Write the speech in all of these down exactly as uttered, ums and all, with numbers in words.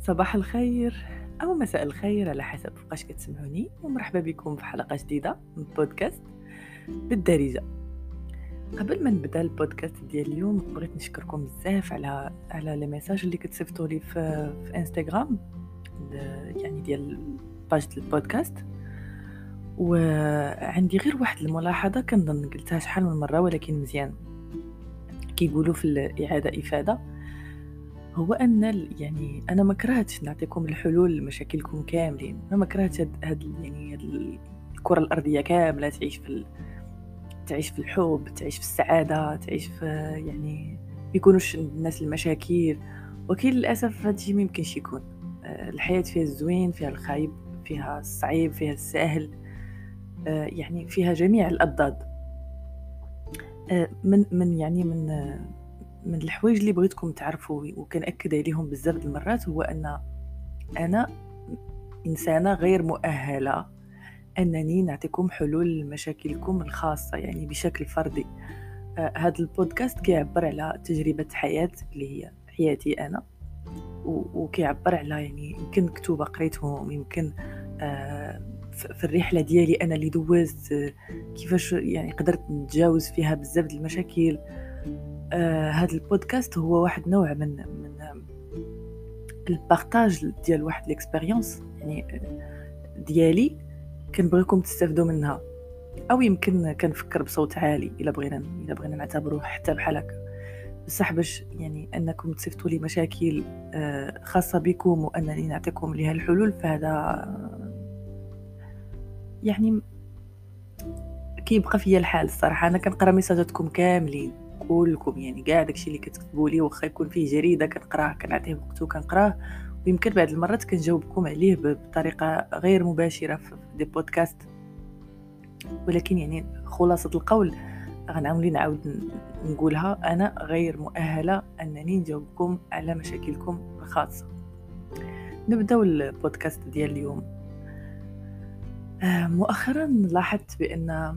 صباح الخير أو مساء الخير على حسب فوقاش كتسمعوني، ومرحبا بكم في حلقة جديدة من بودكاست بالدارجة. قبل ما نبدا البودكاست ديال اليوم بغيت نشكركم بزاف على على لي ميساج اللي كتصيفطوا لي في في انستغرام، ل- يعني ديال باج البودكاست. وعندي غير واحد الملاحظة كنظن قلتها شحال من مرة ولكن مزيان كيقولوا في الإعادة إفادة، هو أن ال- يعني أنا ما كرهتش نعطيكم الحلول لمشاكلكم كاملين. أنا ما كرهتش هاد هاد ال- يعني هاد ال- الكرة الأرضية كاملة تعيش في ال... تعيش في الحب، تعيش في السعادة، تعيش في يعني يكونوش الناس المشاكل. وكاين للأسف هادشي ما يمكنش يكون. آه، الحياة فيها الزوين، فيها الخايب، فيها الصعيب، فيها الساهل، آه، يعني فيها جميع الأضداد. آه، من من يعني من آه، من الحوايج اللي بغيتكم تعرفوا وكنأكد عليهم بزاف د المرات هو أن أنا إنسانة غير مؤهلة أنني نعطيكم حلول لمشاكلكم الخاصة يعني بشكل فردي. آه هذا البودكاست كيعبر على تجربة حياة اللي هي حياتي أنا، وكيعبر على يعني يمكن كتوبة قريتهم، يمكن آه في الرحلة ديالي أنا اللي دوزت، آه كيفاش يعني قدرت نتجاوز فيها بزاف د المشاكل. آه هذا البودكاست هو واحد نوع من من البارتاج ديال واحد الاكسبيريونس يعني ديالي، كنبغيكم تستافدوا منها. او يمكن كنفكر بصوت عالي الا بغينا الا بغينا نعتبروه حتى بحال هكا، بصح باش يعني انكم تصيفطوا لي مشاكل آه، خاصه بكم وانني نعطيكم ليها الحلول، فهذا يعني كيبقى فيا الحال. الصراحه انا كنقرا ميساجاتكم كاملين كلكم، يعني كاع داكشي اللي كتكتبوا لي واخا يكون فيه جريده كنقراه، كنعطيه وقته كنقراه، ويمكن بعض المرات كنجاوبكم عليه بطريقه غير مباشره في دي بودكاست. ولكن يعني خلاصه القول غنعاود نعاود نقولها، انا غير مؤهله انني نجاوبكم على مشاكلكم الخاصه. نبداو البودكاست ديال اليوم. آه مؤخرا لاحظت بان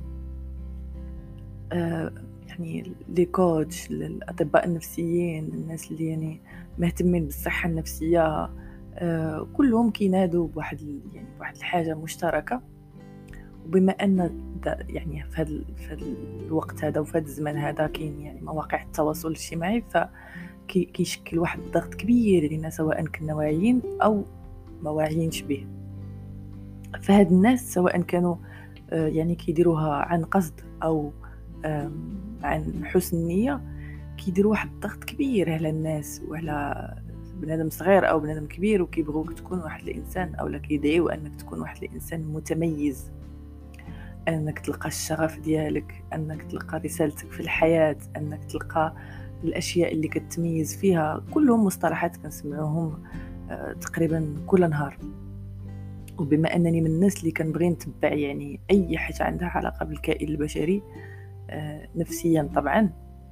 آه يعني لي كوتش، الاطباء النفسيين، الناس اللي يعني مهتمين بالصحه النفسيه، آه كلهم كينادوا بواحد يعني بواحد الحاجه مشتركه. وبما ان يعني في هذا في هذا الوقت هذا وفي هذا الزمان هذا كاين يعني مواقع التواصل الاجتماعي، فكيشكل واحد الضغط كبير علينا سواء كنا واعيين او ما واعيينش به. فهاد الناس سواء كانوا يعني كيديروها عن قصد او عن حسن نية، كيديروا واحد الضغط كبير على الناس وعلى بنادم صغير او بنادم كبير، وكيبغوك تكون واحد الانسان او لا كيدعيو انك تكون واحد الانسان متميز، انك تلقى الشغف ديالك، انك تلقى رسالتك في الحياة، انك تلقى الاشياء اللي كتميز فيها. كلهم مصطلحات كنسمعوهم آه تقريبا كل نهار. وبما انني من الناس اللي كنبغي نتبع يعني اي حاجه عندها علاقه بالكائن البشري آه نفسيا طبعا،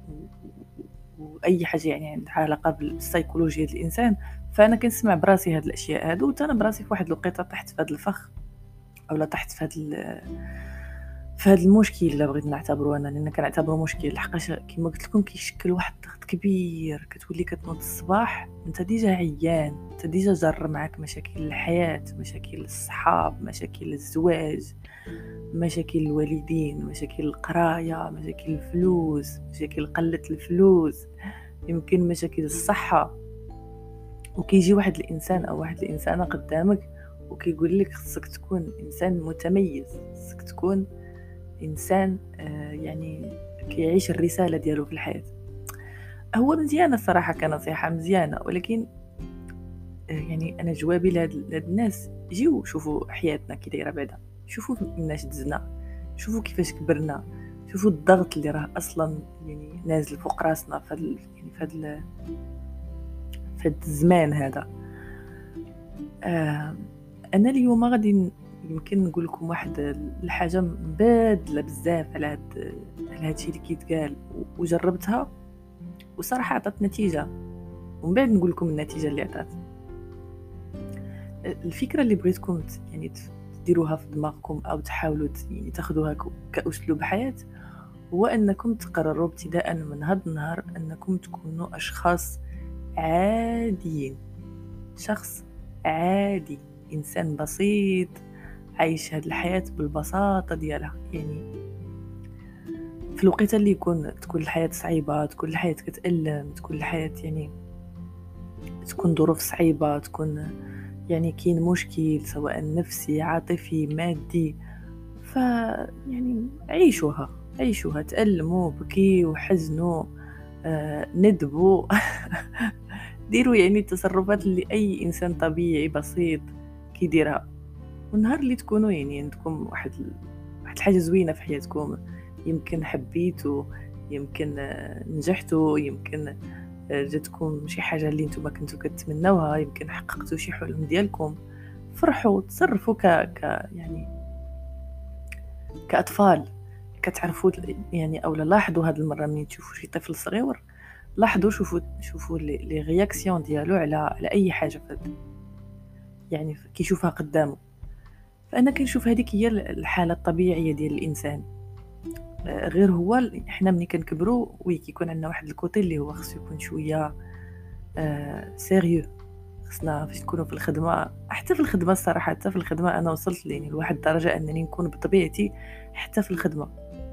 واي حاجه يعني عندها علاقه بالسيكولوجيا ديال الانسان، فانا كنسمع براسي هاد الاشياء هادو، وتا انا براسي في واحد الوقيته طحت في هاد الفخ اولا طحت في هاد في هذا المشكل اللي بغيت نعتبره انا، لان كنعتبره مشكل لحقاش كما قلت لكم كيشكل واحد الضغط كبير. كتولي كتنوض الصباح انت ديجا عيان، انت ديجا جر معك مشاكل الحياه، مشاكل الصحاب، مشاكل الزواج، مشاكل الوالدين، مشاكل القرايه، مشاكل الفلوس، مشاكل قله الفلوس، يمكن مشاكل الصحه. وكيجي واحد الانسان او واحد الانسانه قدامك وكيقول لك خصك تكون انسان متميز، خصك تكون إنسان يعني كيعيش الرسالة ديالو في الحياة. هو مزيان الصراحة كنصيحة مزيانة، ولكن يعني أنا جوابي لهاد الناس، جيو شوفوا حياتنا كي دايرة بعدا، شوفوا مناش دزنا، شوفوا كيفاش كبرنا، شوفوا الضغط اللي راه أصلا يعني نازل فوق راسنا في هاد يعني في هاد في هاد الزمان هذا. آه أنا اليوم غادي يمكن نقول لكم واحد الحاجه مبادله بزاف على هاد على هادشي اللي كيتقال وجربتها وصراحه عطات نتيجه، ومن بعد نقول لكم النتيجه اللي عطات. الفكره اللي بغيتكم يعني تديروها في دماغكم او تحاولوا يعني تاخذوها كاسلوب حياه، هو انكم تقرروا ابتداء من هذا النهار انكم تكونوا اشخاص عاديين. شخص عادي، انسان بسيط عايش هاد الحياة بالبساطة ديالها. يعني في الوقت اللي يكون تكون الحياة صعيبة، تكون الحياة كتألم، تكون الحياة يعني تكون ظروف صعيبة، تكون يعني كاين مشكل سواء نفسي عاطفي مادي، ف يعني عيشوها عيشوها تألموا بكيوا حزنوا، آه، ندبوا ديروا يعني التصرفات اللي اي انسان طبيعي بسيط كيديرها. والنهار اللي تكونوا يعني عندكم واحد ال... واحد الحاجه زوينه في حياتكم، يمكن حبيتوا، يمكن آه، نجحتوا، يمكن آه، جاتكم شي حاجه اللي نتوما كنتو كتمناوها، يمكن حققتوا شي حلم ديالكم، فرحوا تصرفوا ك... ك يعني كاطفال كتعرفوا يعني. اولا لاحظوا هاد المره ملي تشوفوا شي طفل صغير، لاحظوا شوفوا شوفوا لي لي رياكسيون ديالو على على اي حاجه فهاد يعني كيشوفها قدامه. فانا كنشوف هذيك هي الحاله الطبيعيه ديال الانسان. آه، غير هو احنا ملي كنكبروا وي كيكون عندنا واحد الكوتي اللي هو خصو يكون شويه آه سيريو. خصنا فاش نكونوا في الخدمه، حتى في الخدمه الصراحه، حتى في الخدمه انا وصلت يعني لواحد الدرجه انني نكون بطبيعتي حتى في الخدمه.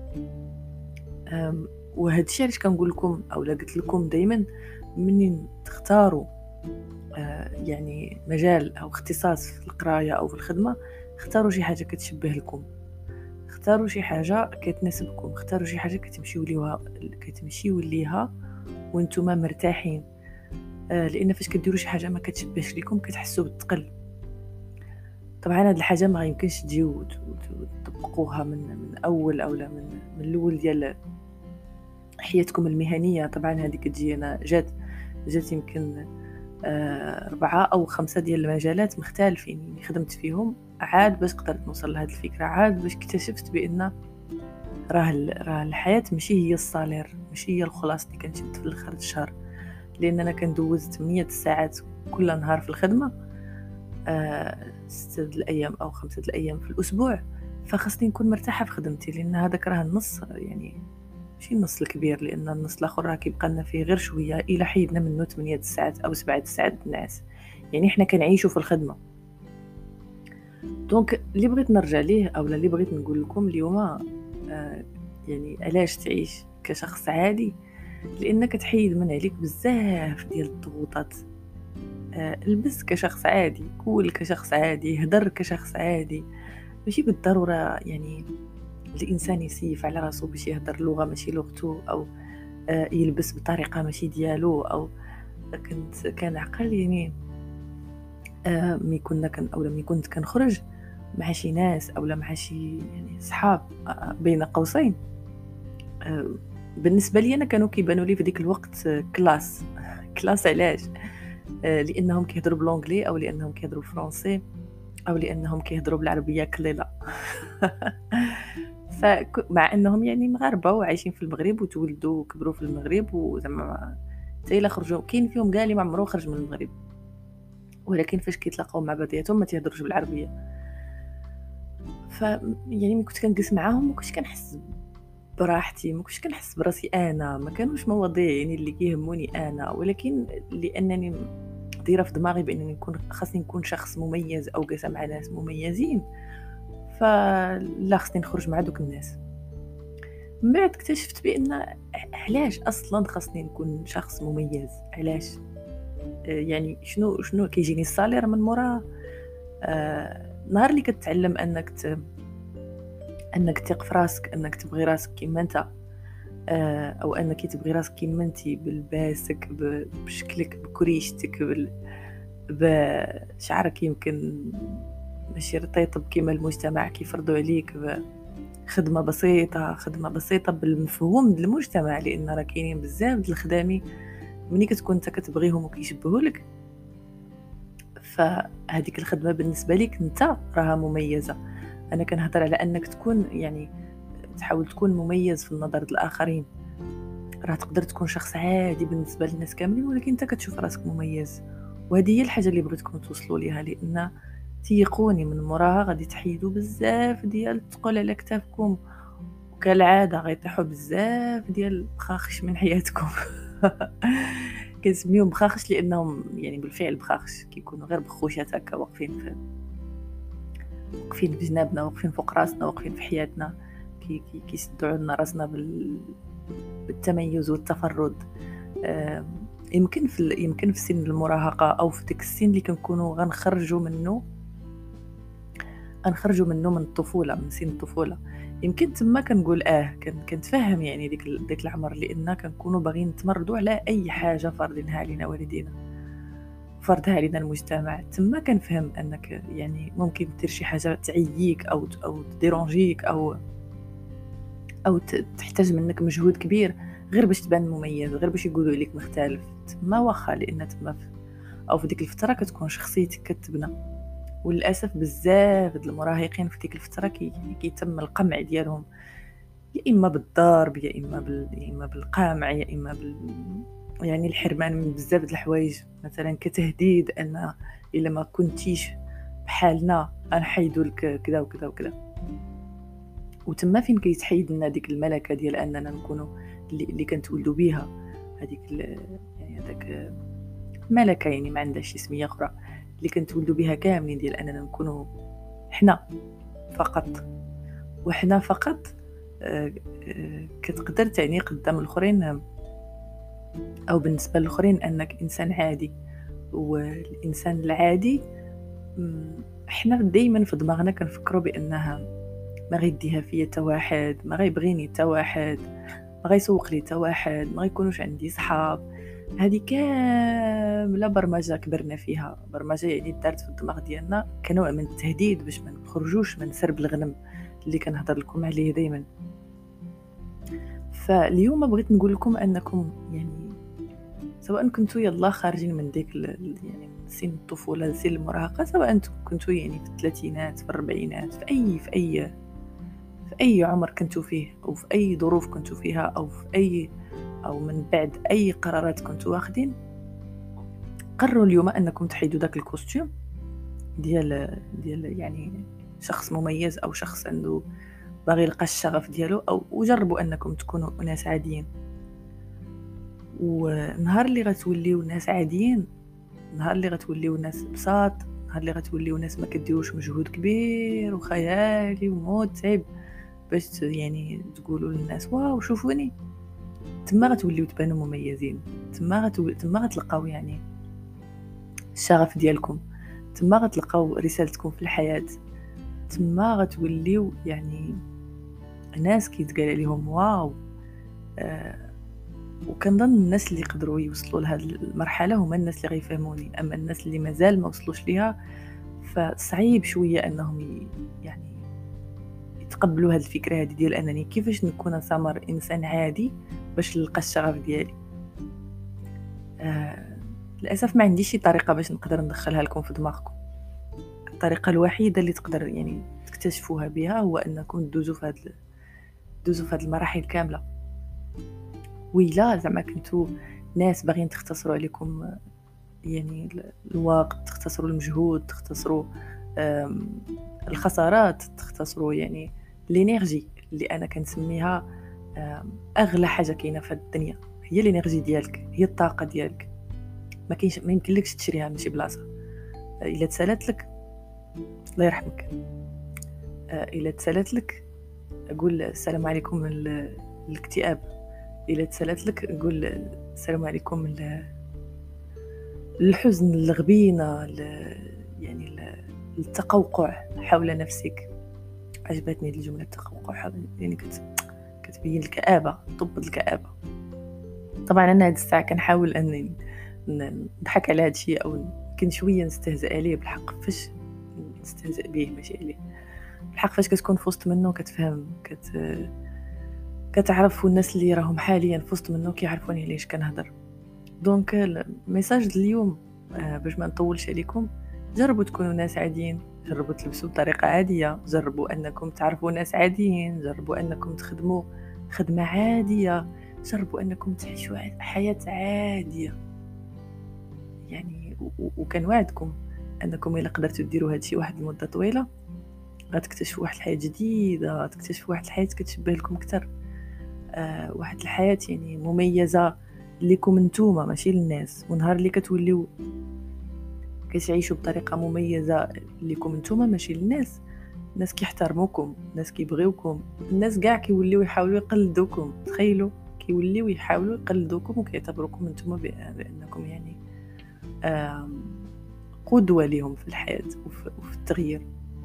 وهذا الشيء علاش كنقول لكم او لا قلت لكم دائما منين تختاروا آه يعني مجال او اختصاص في القرايه او في الخدمه، اختاروا شي حاجه كتشبه لكم، اختاروا شي حاجه كتناسبكم، اختاروا شي حاجه كتمشيو ليها كتمشيو ليها وانتم مرتاحين. آه لان فاش كديروا شي حاجه ما كتشبهش لكم كتحسوا بالثقل. طبعا هاد الحاجه ما يمكنش تجيو وتطبقوها من من اول اولا من من الاول ديال حياتكم المهنيه. طبعا هذه كتجي انا جات جات يمكن آه أربعة أو خمسة ديال المجالات مختلفين اللي خدمت فيهم عاد باش قدرت نوصل لهذه الفكرة، عاد باش اكتشفت بأن راه راه الحياة ماشي هي الصالير، ماشي هي الخلاص اللي كنشد في الآخر الشهر. لأن أنا كندوز ثمانية ساعات كل نهار في الخدمة، آه ستة الأيام أو خمسة الأيام في الأسبوع، فخصني نكون مرتاحة في خدمتي، لأن هذاك راه النص يعني ماشي النص الكبير، لان النص الاخر راه كيبقى لنا فيه غير شويه الى حيدنا منه ثمانية ساعات او سبعة ساعات الناس. يعني حنا كنعيشوا في الخدمه. دونك اللي بغيت نرجع ليه او اللي بغيت نقول لكم اليوم آه يعني علاش تعيش كشخص عادي، لانك تحيد من عليك بزاف ديال الضغوطات. آه البس كشخص عادي، كول كشخص عادي، هدر كشخص عادي، ماشي بالضروره يعني الانسان يسيف على راسو باش يهدر لغه ماشي لغته، او يلبس بطريقه ماشي ديالو. او كنت كان عقل يعني آه مي كنا كن اولا مي كنت كنخرج مع شي ناس اولا مع شي يعني صحاب آه بين قوسين، آه بالنسبه لي انا كانوا كيبانوا لي في ديك الوقت آه كلاس كلاس. علاش؟ آه لانهم كيهضروا بالانجلي او لانهم كيهضروا الفرنسي او لانهم كيهضروا بالعربيه كليله فمع انهم يعني مغاربه وعايشين في المغرب وتولدوا وكبروا في المغرب، وزعما حتى الا خرجوا كاين فيهم كاع اللي ما عمره خرج من المغرب، ولكن فاش كيتلاقاو مع بعضياتهم ما تيهضروش بالعربيه. ف يعني ملي كنت كنجلس معاهم ما كنتش كنحس براحتي، ما كنتش كنحس براسي انا، ما كانوش مواضيع يعني اللي كيهموني انا، ولكن لانني دايره في دماغي بانني نكون خاصني نكون شخص مميز او جالسه مع ناس مميزين، فلا خصني نخرج مع دوك الناس. من بعد اكتشفت بان علاش اصلا خاصني نكون شخص مميز، علاش يعني شنو شنو كيجيني الصالير من مورا. آه نهار اللي كتعلم انك ت... انك تثق في راسك، انك تبغي راسك كيما انت، آه او انك تبغي راسك كيما انتي بلباسك ب... بشكلك بكريشتك بال... بشعرك يمكن ماشي رطيطب كيما المجتمع كيفرضوا عليك، خدمه بسيطه خدمه بسيطه بالمفهوم ديال المجتمع، لان راه كاينين بزاف ديال الخدامي ملي كتكون انت كتبغيهم وكيشبهوا لك، فهذيك الخدمه بالنسبه لك انت راها مميزه. انا كنهضر على انك تكون يعني تحاول تكون مميز في النظر ديال الاخرين. راه تقدر تكون شخص عادي بالنسبه للناس كاملين، ولكن انت كتشوف راسك مميز، وهذه هي الحاجه اللي بغيتكم توصلوا ليها، لان تيقوني من موراها غادي تحيدوا بزاف ديال الثقل على كتافكم، وكالعاده غيطيحوا بزاف ديال الخاخش من حياتكم كنسميهم بخاخش لانهم يعني بالفعل بخاخش، كيكونوا غير بخوشات هكا واقفين في واقفين بجنابنا، واقفين فوق راسنا، واقفين في حياتنا، كي كي كيسدوا عنا راسنا بال... بالتميز والتفرد. آم، يمكن في ال... يمكن في سن المراهقه او في ديك السن اللي كنكونوا غنخرجوا منه غنخرجوا منه من الطفوله، من سن الطفوله. يمكن تما كنقول اه كن كنتفهم يعني ديك ال... ديك العمر، لان كنكونوا باغيين نتمردوا على اي حاجه فرضينها علينا والدينا، فرضها علينا المجتمع. تما كنفهم انك يعني ممكن دير شي حاجه تعييك او او تديرونجيك او او تحتاج منك مجهود كبير غير باش تبان مميز، غير باش يقولوا عليك مختلف. تما واخا لان تما في او في ديك الفتره كتكون شخصيتك كتبنى. وللاسف بزاف د المراهقين في ديك الفتره كي يعني كيتم القمع ديالهم، يا اما بالضرب، يا اما بال يا اما بالقمع، يا اما بال يعني الحرمان من بزاف د الحوايج، مثلا كتهديد ان الا ما كنتيش بحالنا غنحيدوا لك كذا وكذا وكذا. وتما فين كيتحيد لنا ديك الملكه ديال اننا نكونوا اللي, اللي كنتولدوا بها، هذيك يعني هذاك ملكه يعني ما عندهاش شي سميه اخرى، اللي كنتولدوا بها كاملين، ديال اننا نكونوا حنا فقط. وحنا فقط آه آه كتقدر تعني قدام الاخرين او بالنسبه للاخرين انك انسان عادي. والانسان العادي احنا دائما في دماغنا كنفكروا بانها ما غيديها فيا حتى واحد، ما غيبغيني حتى واحد، ما غيسوق لي حتى واحد، ما غيكونوش عندي صحاب. هذه كامله برمجه كبرنا فيها، برمجه يعني دارت في الدماغ ديالنا كنوع من التهديد باش ما نخرجوش من سرب الغنم اللي كنهضر لكم عليه دائما. فاليوم بغيت نقول لكم انكم يعني سواء كنتوا يلا خارجين من ديك يعني سن الطفوله لسن المراهقه، سواء انتم كنتوا يعني في الثلاثينات، في الاربعينات، في اي في اي في اي عمر كنتوا فيه، او في اي ظروف كنتوا فيها، او في اي او من بعد اي قرارات كنتوا واخدين، قرروا اليوم انكم تحيدوا داك الكوستيوم ديال ديال يعني شخص مميز او شخص عنده باغي يلقى الشغف ديالو، او وجربوا انكم تكونوا ناس عاديين. ونهار اللي غتوليو ناس عاديين، نهار اللي غتوليو ناس بساط، نهار اللي غتوليو ناس ما كديروش مجهود كبير وخيالي ومتعب باش يعني تقولوا للناس واو شوفوني، تما غتوليو تبانوا مميزين. تما غتول... تما غتلقاو يعني الشغف ديالكم، تما غتلقاو رسالتكم في الحياة، تما غتوليو يعني ناس كيتقال عليهم واو. آه وكنظن الناس اللي يقدروا يوصلوا لهذه المرحله هما الناس اللي غيفهموني. اما الناس اللي مازال ما وصلوش ليها فصعيب شويه انهم يعني يتقبلوا هذه الفكره هذه ديال انني كيفاش نكون سمر انسان عادي باش نلقى الشغف ديالي. آه للاسف ما عنديش شي طريقه باش نقدر ندخلها لكم في دماغكم. الطريقه الوحيده اللي تقدر يعني تكتشفوها بها هو انكم تدوزوا في هذه تدوزوا في هذه المراحل كامله. وإلا زعما كنتو ناس باغيين تختصروا عليكم يعني الوقت، تختصروا المجهود، تختصروا الخسارات، تختصروا يعني الانرجي اللي انا كنسميها اغلى حاجه كاينه في الدنيا، هي الانرجي ديالك، هي الطاقه ديالك. ما كاينش ما يمكنلكش تشريها من شي بلاصه. الا تسالت لك الله يرحمك، الا تسالت لك اقول السلام عليكم الاكتئاب، إلا تسالت لك قول السلام عليكم الحزن، الغبينة، يعني التقوقع حول نفسك. عجبتني الجملة التقوقع حول، يعني كت كتبين الكآبة، طب الكآبة. طبعا أنا هاد الساعة كنحاول أني نضحك على هاد الشيء أو كن شوية نستهزئ عليه. بالحق فاش نستهزئ به ماشي عليه، بالحق فاش كتكون في وسط منه كتفهم، كت كتعرف الناس اللي راهم حاليا في وسط منه كيعرفوني علاش كنهضر. دونك الميساج اليوم باش ما نطولش عليكم، جربوا تكونوا ناس عاديين، جربوا تلبسوا بطريقه عاديه، جربوا انكم تعرفوا ناس عاديين، جربوا انكم تخدموا خدمه عاديه، جربوا انكم تعيشوا حياه عاديه يعني. وكنوعدكم انكم الا قدرتوا ديروا هادشي واحد المده طويله غتكتشفوا واحد الحياه جديده، غتكتشفوا واحد الحياه كتشبه لكم اكثر، أه واحد الحياه يعني مميزه ليكم نتوما ماشي للناس. ونهار اللي كتوليو كتعيشوا بطريقه مميزه ليكم نتوما ماشي للناس، الناس كيحترموكم، الناس كيبغيوكم، الناس كاع كيوليو يحاولوا يقلدوكم. تخيلوا كيوليو يحاولوا يقلدوكم وكيعتبروكم نتوما بانكم يعني قدوه ليهم في الحياه وفي التغيير.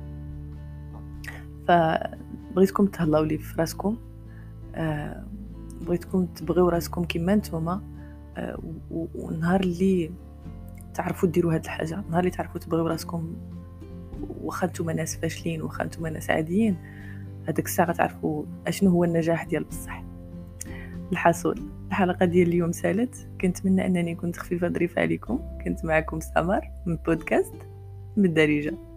فبغيتكم تهلاو لي في راسكم، بغيتكم تبغيو راسكم كما نتوما. ونهار اللي تعرفوا ديروا هاد الحاجه، نهار اللي تعرفوا تبغيو راسكم واخا نتوما ناس فاشلين واخا نتوما ناس عاديين، هذاك الساعه تعرفوا اشنو هو النجاح ديال بصح. الحاصل الحلقه ديال اليوم سالت، كنتمنى انني كنت خفيفه ظريفه عليكم. كنت معكم سمر من بودكاست بالدارجه.